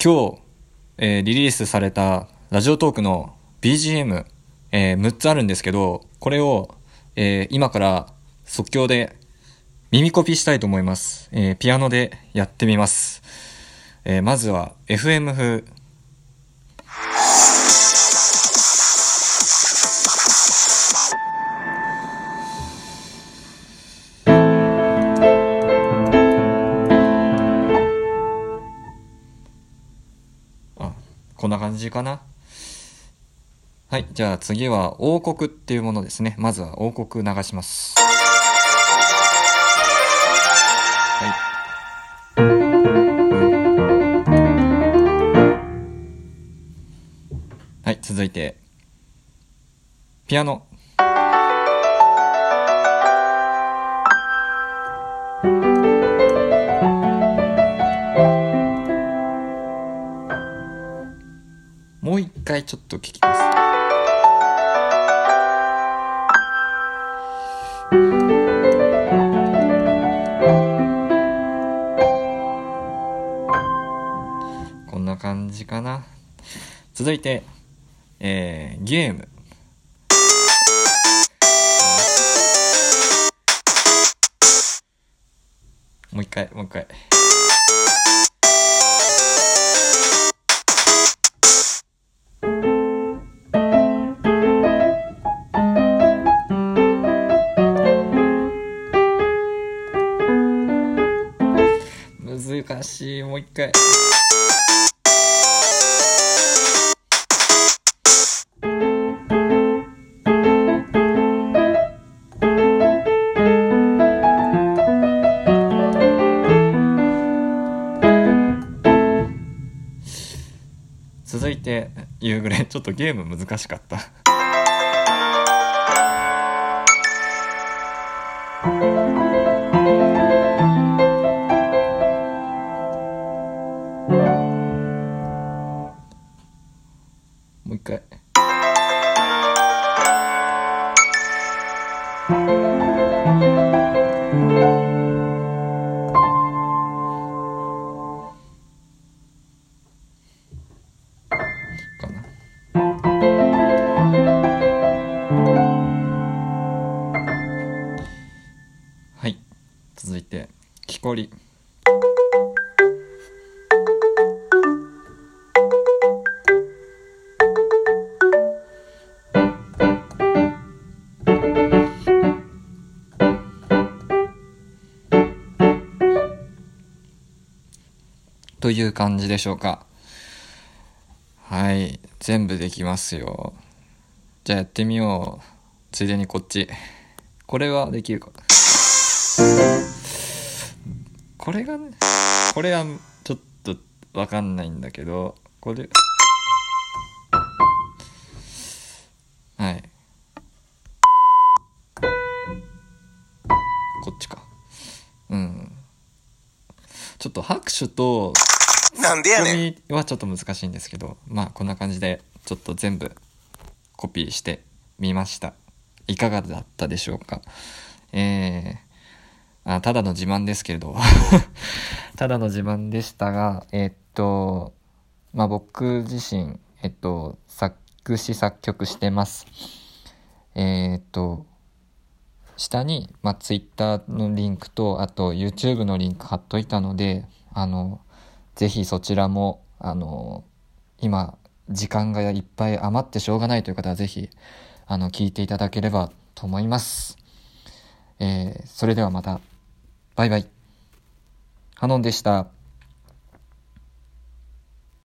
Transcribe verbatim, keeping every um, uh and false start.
今日、えーリリースされたラジオトークの ビージーエム、えーむっつあるんですけど、これを、えー今から即興で耳コピしたいと思います。えーピアノでやってみます。えーまずは エフエム 風。あ、こんな感じかな。はい、じゃあ次は王国っていうものですね。まずは王国流します。はい。はい、続いてピアノ。もう一回ちょっと聞きます。こんな感じかな。続いて、えー、ゲーム。もう一回、もう一回。難しい、もう一回。続いて夕暮れ。ちょっとゲーム難しかった。もう一回。かな。はい、続いて木こり。という感じでしょうか。はい、全部できますよ。じゃあやってみよう。ついでにこっち。これはできるか。これがね、これはちょっとわかんないんだけど、これ、はい。こっちか。うん。ちょっと拍手と、 なんでやねん。 ツッコミはちょっと難しいんですけど、まあこんな感じでちょっと全部コピーしてみました。いかがだったでしょうか。えー、あただの自慢ですけれどただの自慢でしたが、えーっとまあ僕自身えっと作詞作曲してます。えーっと下に、まあ、Twitter のリンクとあと YouTube のリンク貼っといたので、あのぜひそちらもあの今時間がいっぱい余ってしょうがないという方はぜひあの聞いていただければと思います。えー、それではまた。バイバイ。ハノンでした。